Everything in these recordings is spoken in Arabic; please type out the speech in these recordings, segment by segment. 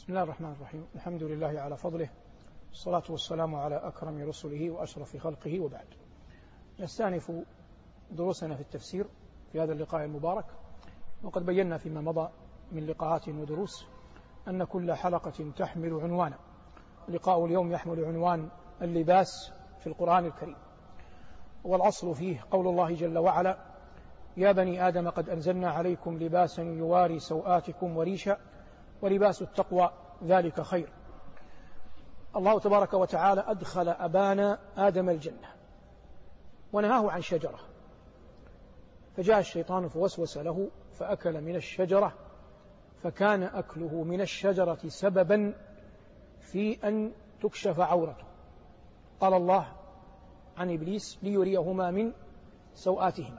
بسم الله الرحمن الرحيم. الحمد لله على فضله، والصلاة والسلام على أكرم رسله وأشرف خلقه، وبعد. نستأنف دروسنا في التفسير في هذا اللقاء المبارك، وقد بينا فيما مضى من لقاءات ودروس أن كل حلقة تحمل عنوانا. لقاء اليوم يحمل عنوان اللباس في القرآن الكريم، والأصل فيه قول الله جل وعلا: يا بني آدم قد أنزلنا عليكم لباسا يواري سوآتكم وريشا ولباس التقوى ذلك خير. الله تبارك وتعالى أدخل أبانا آدم الجنة ونهاه عن شجرة، فجاء الشيطان فوسوس له فأكل من الشجرة، فكان أكله من الشجرة سببا في أن تكشف عورته. قال الله عن إبليس: ليريهما من سوآتهما.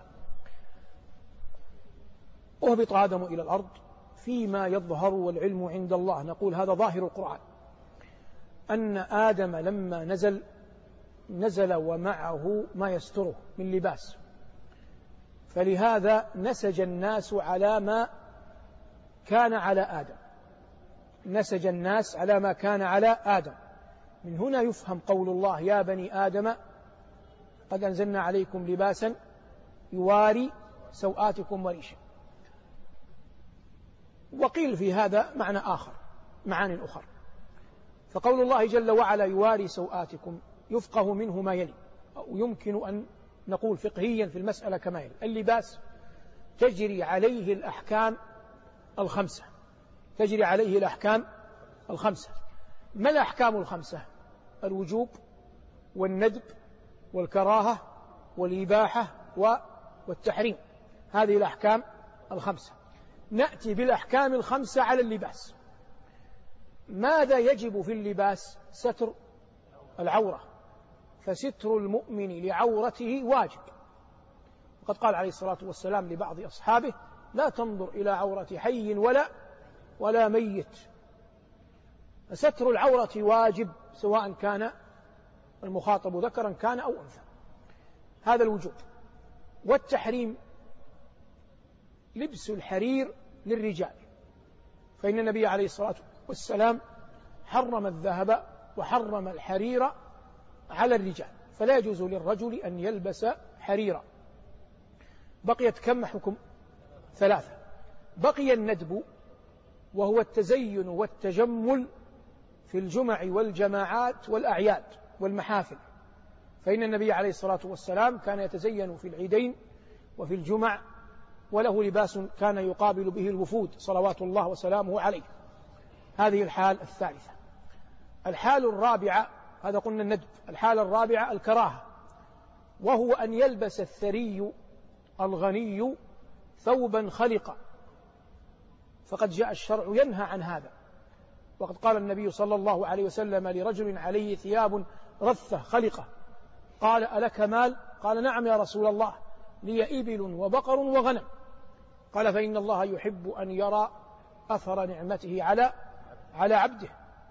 أهبط آدم إلى الأرض فيما يظهر والعلم عند الله. نقول هذا ظاهر القرآن، أن آدم لما نزل ومعه ما يستره من لباس، فلهذا نسج الناس على ما كان على آدم، نسج الناس على ما كان على آدم. من هنا يفهم قول الله: يا بني آدم قد أنزلنا عليكم لباسا يواري سوآتكم وريشا. وقيل في هذا معنى آخر، معان أخر. فقول الله جل وعلا يواري سوآتكم يفقه منه ما يلي، أو يمكن أن نقول فقهيا في المسألة كما يلي: اللباس تجري عليه الأحكام الخمسة، تجري عليه الأحكام الخمسة. ما الأحكام الخمسة؟ الوجوب والندب والكراهة والإباحة والتحريم، هذه الأحكام الخمسة. نأتي بالأحكام الخمسة على اللباس. ماذا يجب في اللباس؟ ستر العورة، فستر المؤمن لعورته واجب. وقد قال عليه الصلاة والسلام لبعض أصحابه: لا تنظر إلى عورة حي ولا ميت. فستر العورة واجب، سواء كان المخاطب ذكرا كان أو أنثى، هذا الوجوب. والتحريم لبس الحرير للرجال، فإن النبي عليه الصلاة والسلام حرم الذهب وحرم الحرير على الرجال، فلا يجوز للرجل أن يلبس حريرا. بقيت كم حكم؟ 3. بقي الندب، وهو التزين والتجمل في الجمع والجماعات والأعياد والمحافل، فإن النبي عليه الصلاة والسلام كان يتزين في العيدين وفي الجمع، وله لباس كان يقابل به الوفود صلوات الله وسلامه عليه. هذه الحال الثالثة. الحال الرابعة، هذا قلنا الندب. الحال الرابعة الكراهة، وهو أن يلبس الثري الغني ثوبا خلقا، فقد جاء الشرع ينهى عن هذا. وقد قال النبي صلى الله عليه وسلم لرجل عليه ثياب رثة خلقة: قال: ألك مال؟ قال: نعم يا رسول الله، لي إبل وبقر وغنم. قال: فإن الله يحب أن يرى أثر نعمته على عبده.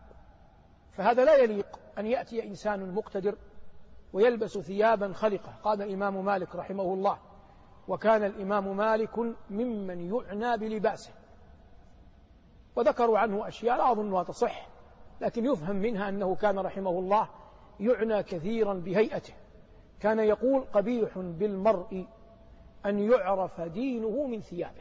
فهذا لا يليق أن يأتي إنسان مقتدر ويلبس ثيابا خلقة. قال الإمام مالك رحمه الله: وكان الإمام مالك ممن يعنى بلباسه. وذكروا عنه أشياء لا أظنها تصح، لكن يفهم منها أنه كان رحمه الله يعنى كثيرا بهيئته. كان يقول: قبيح بالمرء أن يعرف دينه من ثيابه.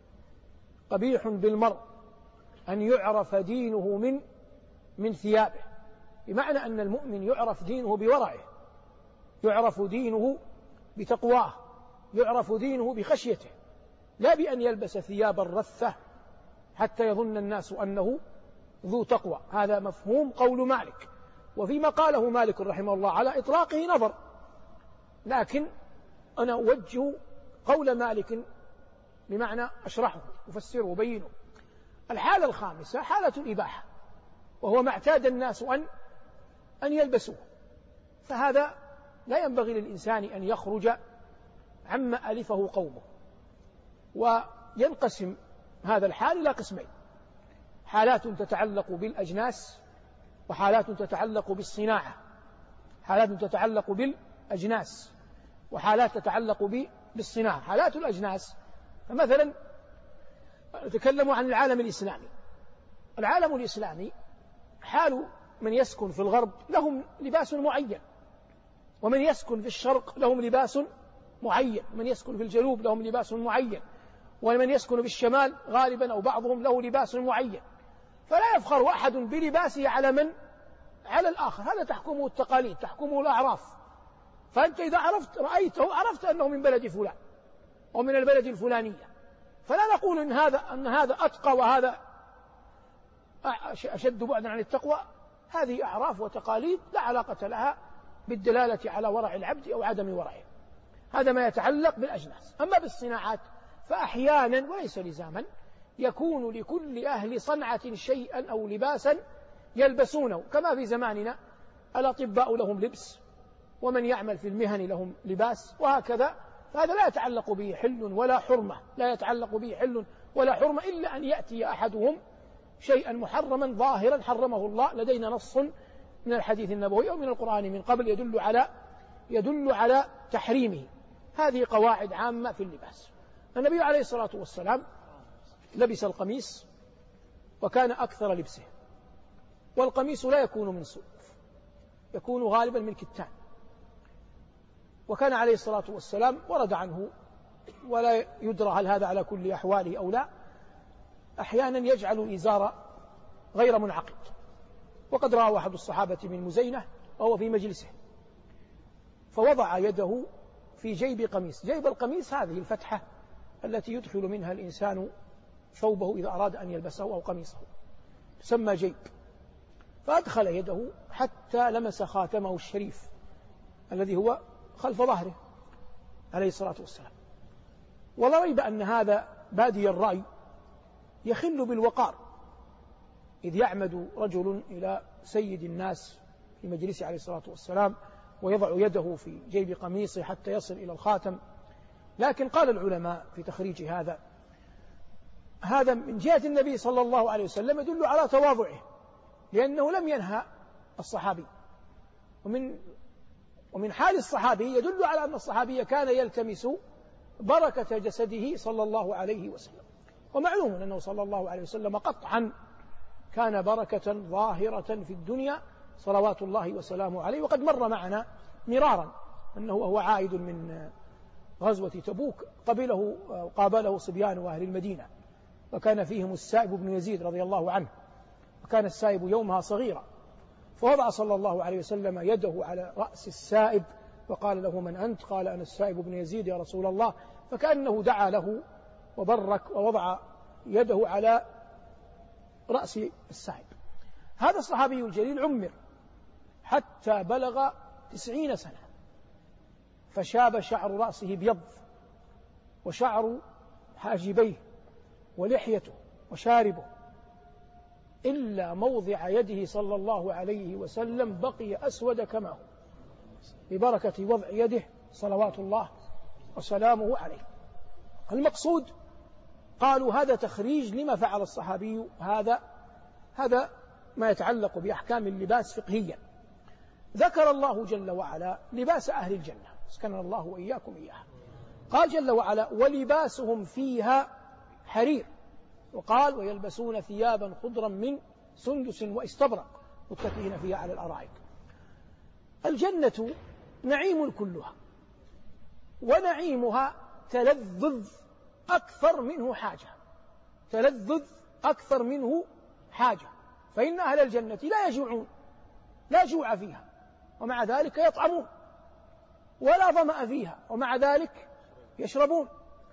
قبيح بالمرء أن يعرف دينه من ثيابه، بمعنى أن المؤمن يعرف دينه بورعه، يعرف دينه بتقواه، يعرف دينه بخشيته، لا بأن يلبس ثيابا رثة حتى يظن الناس أنه ذو تقوى. هذا مفهوم قول مالك، وفيما قاله مالك رحمه الله على إطلاقه نظر، لكن أنا أوجه قول مالك بمعنى أشرحه أفسره وبينه. الحالة الخامسة حالة الإباحة، وهو ما اعتاد الناس أن يلبسوه، فهذا لا ينبغي للإنسان أن يخرج عما ألفه قومه. وينقسم هذا الحال إلى قسمين: حالات تتعلق بالأجناس، وحالات تتعلق بالصناعة. حالات تتعلق بالأجناس وحالات تتعلق بالصناعة. حالات الأجناس، فمثلا نتكلم عن العالم الإسلامي. العالم الإسلامي حال من يسكن في الغرب لهم لباس معين، ومن يسكن في الشرق لهم لباس معين، من يسكن في الجنوب لهم لباس معين، ومن يسكن في الشمال غالبا أو بعضهم له لباس معين، فلا يفخر أحد بلباسه على الآخر، هذا تحكمه التقاليد، تحكمه الأعراف. فأنت إذا رأيته عرفت أنه من بلد فلان أو من البلد الفلانية، فلا نقول أن هذا أتقى وهذا أشد بعدا عن التقوى. هذه أعراف وتقاليد لا علاقة لها بالدلالة على ورع العبد أو عدم ورعه، هذا ما يتعلق بالأجناس. أما بالصناعات فأحيانا وليس لزاما يكون لكل أهل صنعة شيئا أو لباسا يلبسونه، كما في زماننا الأطباء لهم لبس، ومن يعمل في المهن لهم لباس، وهكذا. فهذا لا يتعلق به حل ولا حرمة، لا يتعلق به حل ولا حرمة، إلا أن يأتي أحدهم شيئا محرما ظاهرا حرمه الله، لدينا نص من الحديث النبوي أو من القرآن من قبل يدل على تحريمه. هذه قواعد عامة في اللباس. النبي عليه الصلاة والسلام لبس القميص وكان أكثر لبسه، والقميص لا يكون من صوف، يكون غالبا من كتان. وكان عليه الصلاة والسلام ورد عنه ولا يدرى هل هذا على كل أحواله أو لا، أحيانا يجعل الإزار غير منعقد. وقد رأى أحد الصحابة من مزينة وهو في مجلسه فوضع يده في جيب قميص. جيب القميص هذه الفتحة التي يدخل منها الإنسان ثوبه إذا أراد أن يلبسه أو قميصه، تسمى جيب. فأدخل يده حتى لمس خاتمه الشريف الذي هو خلف ظهره عليه الصلاة والسلام. ولا ريب أن هذا بادي الرأي يخل بالوقار، إذ يعمد رجل إلى سيد الناس في مجلسه عليه الصلاة والسلام ويضع يده في جيب قميصه حتى يصل إلى الخاتم. لكن قال العلماء في تخريج هذا من جهة النبي صلى الله عليه وسلم يدل على تواضعه، لأنه لم ينهى الصحابي، ومن حال الصحابي يدل على أن الصحابي كان يلتمس بركة جسده صلى الله عليه وسلم. ومعلوم أنه صلى الله عليه وسلم قطعا كان بركة ظاهرة في الدنيا صلوات الله وسلامه عليه. وقد مر معنا مرارا أنه وهو عائد من غزوة تبوك قابله صبيان أهل المدينة، وكان فيهم السائب بن يزيد رضي الله عنه، وكان السائب يومها صغيرا، فوضع صلى الله عليه وسلم يده على رأس السائب وقال له: من أنت؟ قال: أنا السائب بن يزيد يا رسول الله. فكأنه دعا له وبرك ووضع يده على رأس السائب. هذا الصحابي الجليل عمر حتى بلغ 90 سنة، فشاب شعر رأسه بيض، وشعر حاجبيه ولحيته وشاربه، إلا موضع يده صلى الله عليه وسلم بقي أسود كما هو، ببركة وضع يده صلوات الله وسلامه عليه. المقصود قالوا هذا تخريج لما فعل الصحابي، هذا ما يتعلق بأحكام اللباس فقهيا. ذكر الله جل وعلا لباس أهل الجنة، اسكننا الله وإياكم إياها. قال جل وعلا: ولباسهم فيها حرير. وقال: ويلبسون ثيابا خضرا من سندس واستبرق متكئين فيها على الأرائك. الجنة نعيم كلها، ونعيمها تلذذ أكثر منه حاجة، تلذذ أكثر منه حاجة. فإن أهل الجنة لا يجوعون، لا جوع فيها، ومع ذلك يطعمون، ولا ظمأ فيها، ومع ذلك يشربون.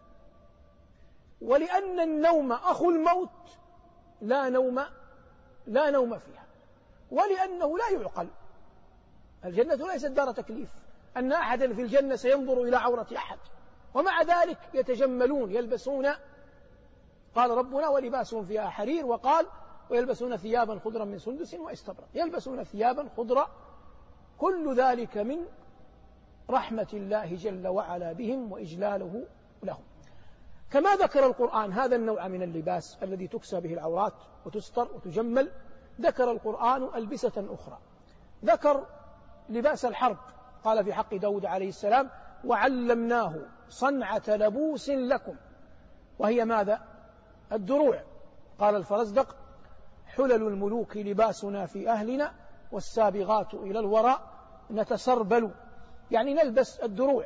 ولأن النوم أخو الموت لا نوم فيها، ولأنه لا يعقل. الجنة ليست دار تكليف أن أحدا في الجنة سينظر إلى عورة أحد، ومع ذلك يتجملون يلبسون. قال ربنا: ولباسهم فيها حرير. وقال: ويلبسون ثيابا خضرا من سندس واستبرق. يلبسون ثيابا خضرا، كل ذلك من رحمة الله جل وعلا بهم وإجلاله لهم. كما ذكر القرآن هذا النوع من اللباس الذي تكسى به العورات وتستر وتجمل، ذكر القرآن ألبسة أخرى. ذكر لباس الحرب، قال في حق داود عليه السلام: وعلمناه صنعة لبوس لكم، وهي ماذا؟ الدروع. قال الفرزدق: حلل الملوك لباسنا في أهلنا والسابغات إلى الوراء نتسربل، يعني نلبس الدروع.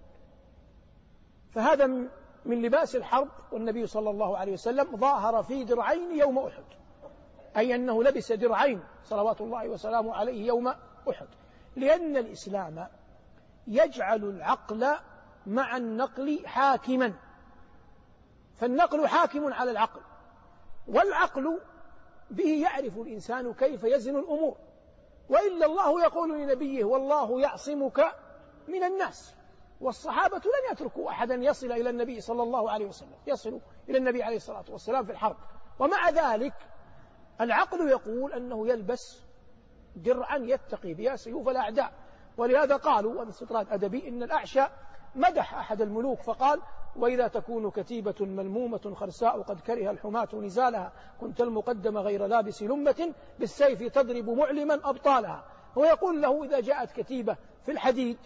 فهذا من لباس الحرب، والنبي صلى الله عليه وسلم ظاهر في درعين يوم أحد، أي أنه لبس درعين صلوات الله وسلامه عليه يوم أحد، لأن الإسلام يجعل العقل مع النقل حاكما، فالنقل حاكم على العقل، والعقل به يعرف الإنسان كيف يزن الأمور، وإلا الله يقول لنبيه والله يعصمك من الناس، والصحابة لن يتركوا أحدا يصل إلى النبي صلى الله عليه وسلم، يصل إلى النبي عليه الصلاة والسلام في الحرب، ومع ذلك العقل يقول أنه يلبس درعا يتقي بها سيوف الأعداء. ولهذا قالوا، وهذا استطراد أدبي، إن الأعشى مدح أحد الملوك فقال: وإذا تكون كتيبة ملمومة خرساء قد كره الحماة نزالها كنت المقدم غير لابس لمة بالسيف تضرب معلما أبطالها. هو يقول له: إذا جاءت كتيبة في الحديد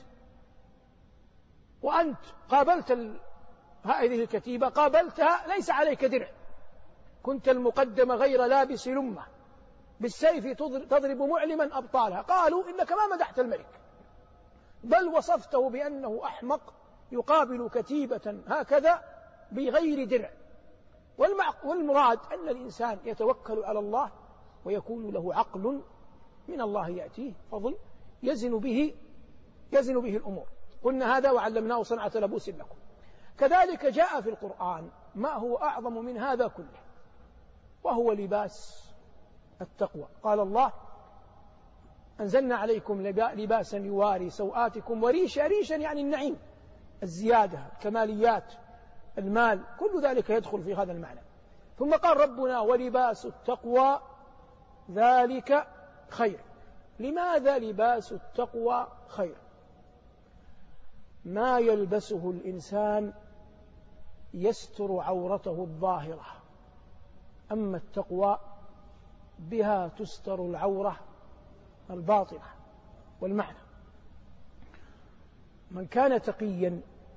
وأنت قابلت هذه الكتيبة قابلتها ليس عليك درع، كنت المقدم غير لابس لمة بالسيف تضرب معلما أبطالها. قالوا: إنك ما مدحت الملك، بل وصفته بأنه أحمق يقابل كتيبة هكذا بغير درع. والمراد أن الإنسان يتوكل على الله ويكون له عقل من الله يأتيه فضل يزن به الأمور. قلنا هذا وعلمناه صنعة لبوس لكم. كذلك جاء في القرآن ما هو أعظم من هذا كله، وهو لباس التقوى. قال الله: أنزلنا عليكم لباسا يواري سوآتكم وريشا. ريشا يعني النعيم، الزيادة، الكماليات، المال، كل ذلك يدخل في هذا المعنى. ثم قال ربنا: ولباس التقوى ذلك خير. لماذا لباس التقوى خير؟ ما يلبسه الإنسان يستر عورته الظاهرة، أما التقوى بها تستر العورة الباطنة. والمعنى: من كان تقيا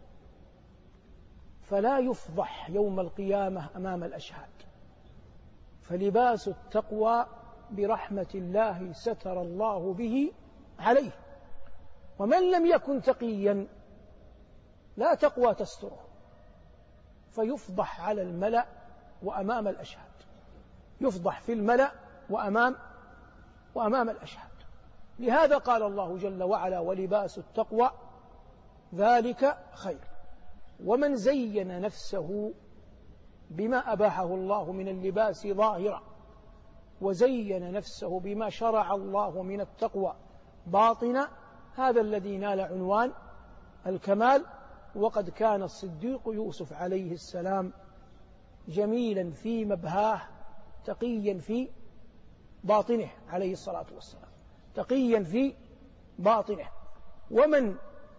فلا يفضح يوم القيامة أمام الأشهاد، فلباس التقوى برحمة الله ستر الله به عليه. ومن لم يكن تقيا لا تقوى تستره، فيفضح على الملأ وأمام الأشهاد، يفضح في الملأ وأمام الأشهاد. لهذا قال الله جل وعلا: ولباس التقوى ذلك خير. ومن زين نفسه بما أباحه الله من اللباس ظاهرا، وزين نفسه بما شرع الله من التقوى باطنا، هذا الذي نال عنوان الكمال. وقد كان الصديق يوسف عليه السلام جميلا في مبهاه تقيا في باطنه عليه الصلاة والسلام، تقيا في باطنه. ومن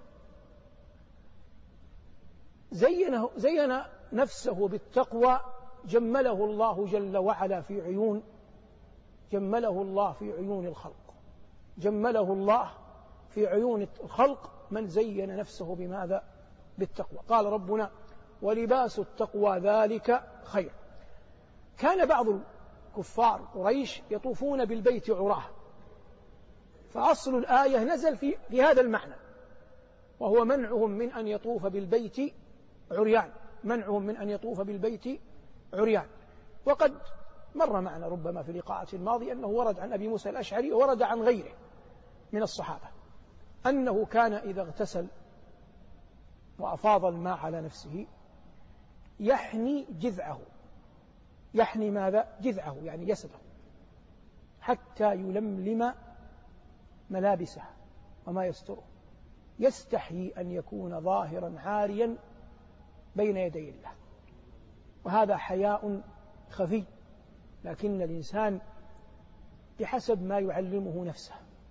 زين نفسه بالتقوى جمله الله جل وعلا في عيون الخلق، جمله الله في عيون الخلق من زين نفسه بماذا؟ بالتقوى. قال ربنا: ولباس التقوى ذلك خير. كان بعض كفار قريش يطوفون بالبيت عراه، فأصل الآية نزل في هذا المعنى، وهو منعهم من أن يطوف بالبيت عريان، منعهم من أن يطوف بالبيت عريان. وقد مر معنا ربما في لقاءات الماضية أنه ورد عن أبي موسى الأشعري وورد عن غيره من الصحابة أنه كان إذا اغتسل وأفاض الماء على نفسه يحني جذعه، يحني ماذا؟ جذعه، يعني جسده، حتى يلملم ملابسه وما يستره، يستحيي أن يكون ظاهرا عاريا بين يدي الله. وهذا حياء خفي، لكن الإنسان بحسب ما يعلمه نفسه،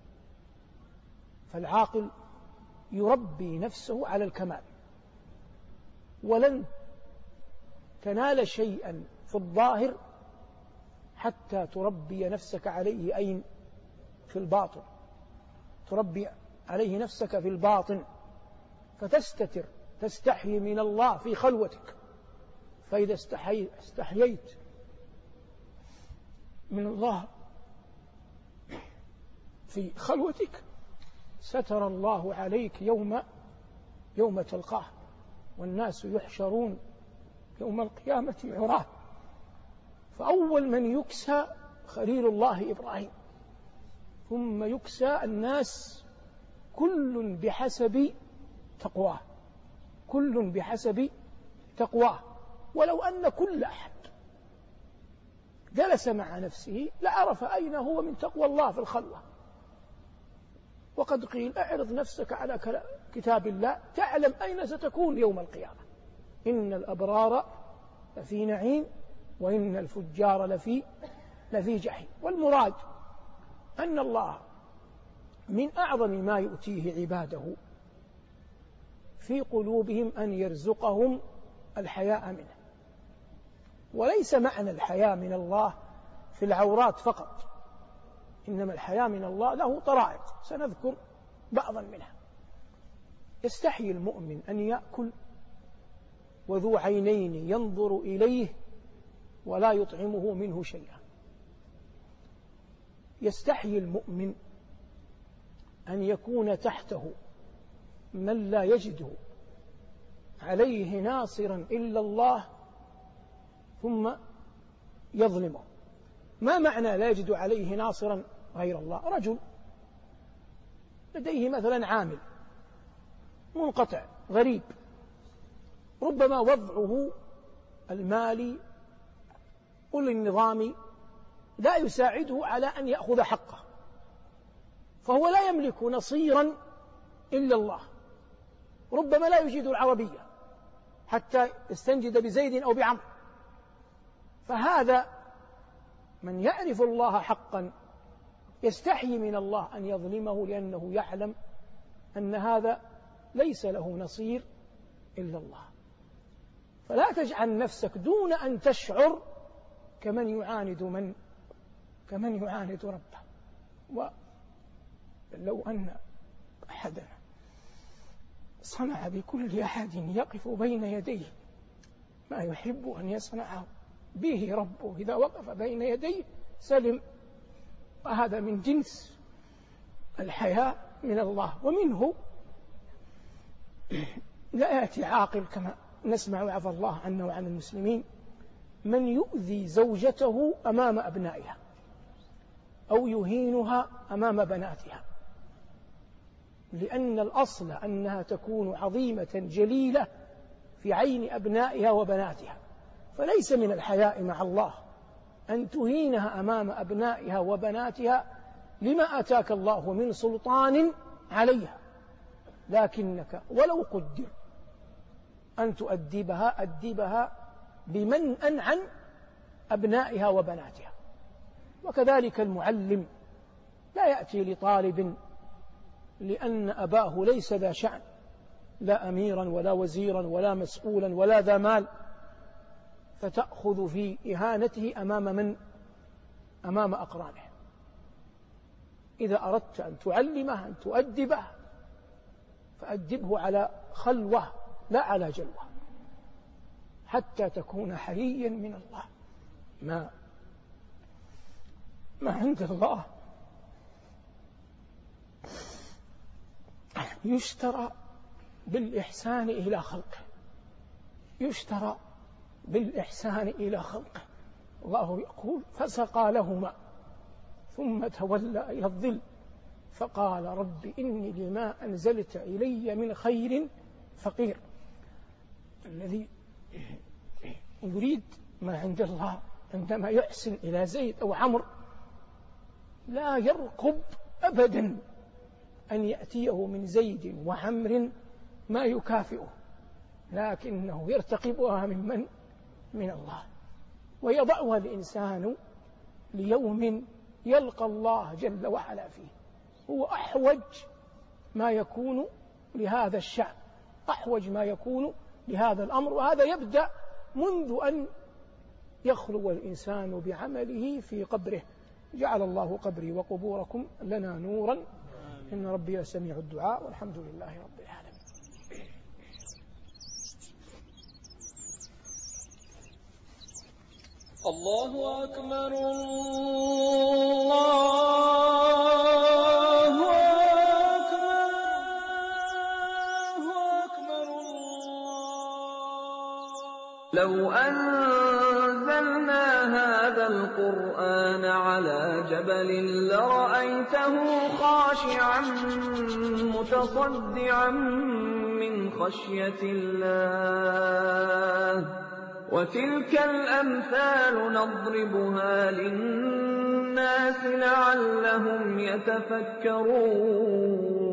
فالعاقل يربي نفسه على الكمال، ولن تنال شيئا في الظاهر حتى تربي نفسك عليه. أين؟ في الباطن، تربي عليه نفسك في الباطن، فتستتر، تستحي من الله في خلوتك. فإذا استحييت من الله في خلوتك ستر الله عليك يوم تلقاه، والناس يحشرون يوم القيامة عراه. فأول من يكسى خليل الله إبراهيم، ثم يكسى الناس كل بحسب تقواه، كل بحسب تقواه. ولو أن كل أحد جلس مع نفسه لعرف أين هو من تقوى الله في الخلوة. وقد قيل اعرض نفسك على كتاب الله تعلم أين ستكون يوم القيامة. إن الأبرار لفي نعيم وإن الفجار لفي جحيم. والمراد أن الله من أعظم ما يؤتيه عباده في قلوبهم أن يرزقهم الحياء منه. وليس معنى الحياء من الله في العورات فقط، إنما الحياء من الله له طرائق سنذكر بعضا منها. يستحيي المؤمن أن يأكل وذو عينين ينظر إليه ولا يطعمه منه شيئا. يستحيي المؤمن أن يكون تحته من لا يجد عليه ناصرا إلا الله ثم يظلمه. ما معنى لا يجد عليه ناصرا غير الله؟ رجل لديه مثلا عامل منقطع غريب، ربما وضعه المالي والنظامي لا يساعده على أن يأخذ حقه، فهو لا يملك نصيرا إلا الله. ربما لا يجيد العربية حتى يستنجد بزيد أو بعمر. فهذا من يعرف الله حقا يستحيي من الله أن يظلمه، لأنه يعلم أن هذا ليس له نصير إلا الله. فلا تجعل نفسك دون أن تشعر كمن يعاند ربه. ولو أن أحدنا صنع بكل أحد يقف بين يديه ما يحب أن يصنعه به ربه إذا وقف بين يديه سلم. وهذا من جنس الحياء من الله. ومنه لا يأتي عاقل كما نسمع عفى الله عنا وعن المسلمين من يؤذي زوجته أمام أبنائها أو يهينها أمام بناتها، لأن الأصل أنها تكون عظيمة جليلة في عين أبنائها وبناتها. فليس من الحياء مع الله أن تهينها أمام أبنائها وبناتها لما أتاك الله من سلطان عليها، لكنك ولو قدر أن تؤدبها أدبها بمنأ عن أبنائها وبناتها. وكذلك المعلم لا يأتي لطالب لأن أباه ليس ذا شأن، لا أميرا ولا وزيرا ولا مسؤولا ولا ذا مال، فتأخذ في إهانته أمام أقرانه. إذا أردت أن تعلمه أن تؤدبه فأدبه على خلوة لا على جلوة، حتى تكون حريا من الله. ما عند الله يشترى بالإحسان إلى خلقه، يشترى بالإحسان إلى خلقه. الله يقول فسقى لهما ثم تولى إلى الظل فقال رب إني لما أنزلت إلي من خير فقير. الذي يريد ما عند الله عندما يحسن إلى زيد أو عمرو لا يرقب أبدا أن يأتيه من زيد وعمر ما يكافئه، لكنه يرتقبها من الله، ويضعها الإنسان ليوم يلقى الله جل وعلا فيه. هو أحوج ما يكون لهذا الشأن، أحوج ما يكون لهذا الأمر. وهذا يبدأ منذ أن يخلو الإنسان بعمله في قبره. جعل الله قبري وقبوركم لنا نورا إن ربي سميع الدعاء، والحمد لله رب العالمين. الله أكبر الله أكبر لو أنزلنا هذا القرآن على جبل لرأيته خاشعا متصدعا من خشية الله وتلك الأمثال نضربها للناس لعلهم يتفكرون